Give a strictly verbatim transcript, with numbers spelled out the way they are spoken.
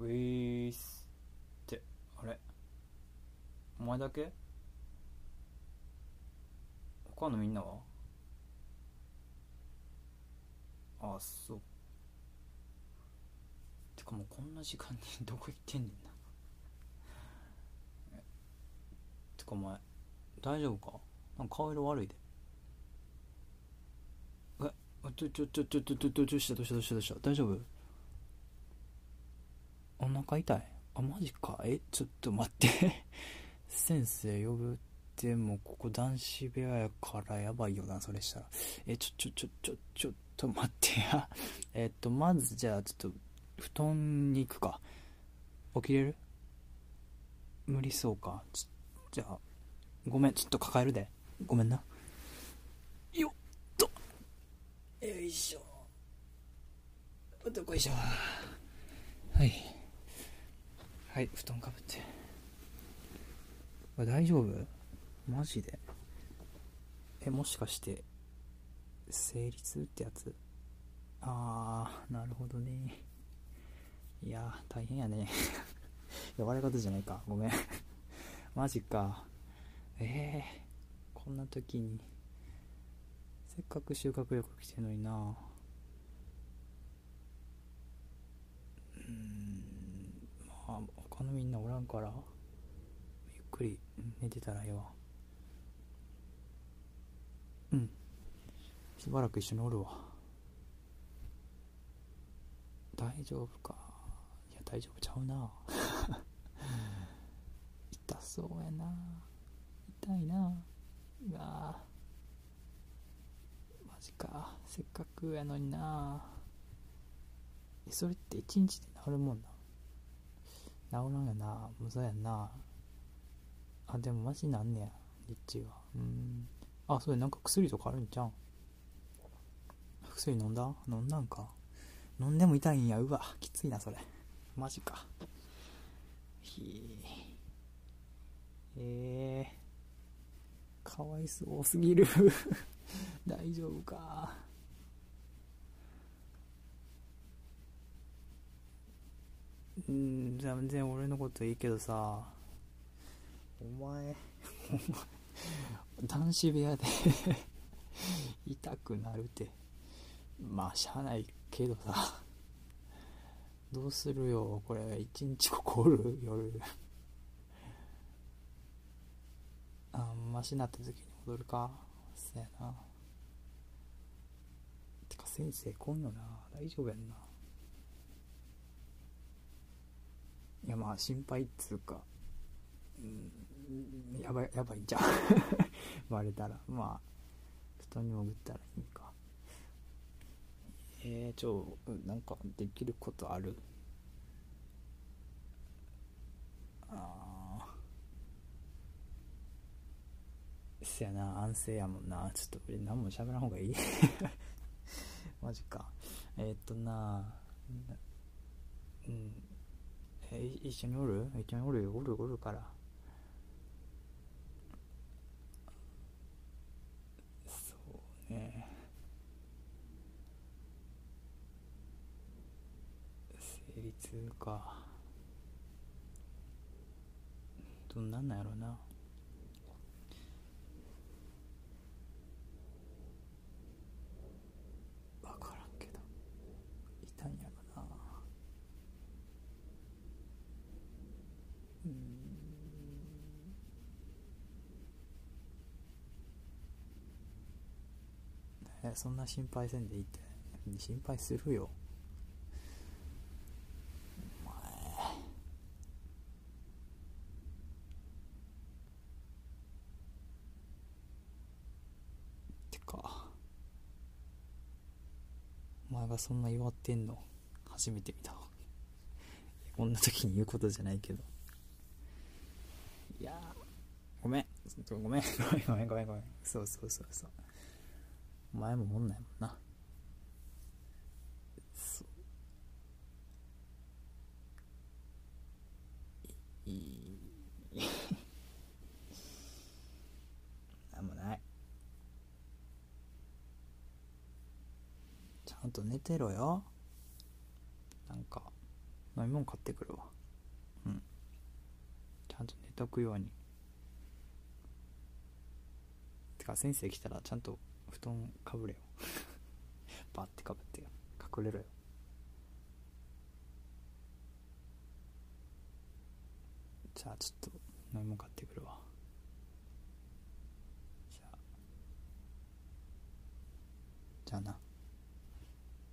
ウィースって、あれお前だけ？他のみんなは？ああ、そう。てかもうこんな時間にどこ行ってんねんな。てかお前、大丈夫か？なんか顔色悪いで。え、ちょちょちょちょちょちょちょどうしたどうしたどうしたどうした大丈夫？お腹痛い？あ、マジか。え、ちょっと待って先生呼ぶってもここ男子部屋やからやばいよな、それしたら。え、ちょちょちょちょちょっと待ってやえっとまずじゃあちょっと布団に行くか。起きれる？無理そうか。ちじゃあごめん、ちょっと抱えるで。ごめんな。よっと、よいしょ、どこいしょ。はいはい、布団かぶって。大丈夫？マジで？え、もしかして生理痛ってやつ？あー、なるほどね。いやー大変やねいや悪いことじゃないか、ごめんマジか。えー、こんな時にせっかく修学旅行来てんのにな。うーん、まあ他のみんなおらんからゆっくり寝てたらええわ。うん、しばらく一緒におるわ。大丈夫か？いや大丈夫ちゃうな痛そうやな。痛いな。うわマジか、せっかくやのにな。え、それって一日で治るもんな？治らんやな、無駄やんな。あ、でもマジなんねや、リッチは。うーん。あ、それなんか薬とかあるんちゃうん？薬飲んだ？飲んだんか。飲んでも痛いんや。うわきついなそれ。マジか。ひえー、かわいそうすぎる大丈夫か？うん、全然俺のこといいけどさ、お前男子部屋で痛くなるって、まあしゃあないけどさ、どうするよこれ。一日ここおる夜あんましなった時に戻るか。そやな。てか先生来んよな、大丈夫やんな。いやまあ心配っつうか、うん、やばいやばいんじゃんバレたらまあ布団に潜ったらいいか。えー、ちょなんかできることある？あー、そやな、安静やもんな。ちょっと俺何も喋らん方がいいマジか。えー、っとな、うん、えー、一緒におる？一緒におるよ、おるおるから。そうね、生理痛か。どんなんなんやろな。分からんけど痛いんやろな。うーん、えそんな心配せんでいいって。心配するよお前。てかお前がそんな弱ってんの初めて見たわ。こんな時に言うことじゃないけど。いやごめんごめんごめんごめんごめんごめん。そうそうそうそう、お前ももんないもんな。そういいなんもない。ちゃんと寝てろよ。なんか飲み物買ってくるわ。うん。ちゃんと寝とくように。てか先生来たらちゃんと布団かぶれよ。バッてかぶってよ。隠れろよ。じゃあちょっと飲み物買ってくるわ。じゃあじゃあな。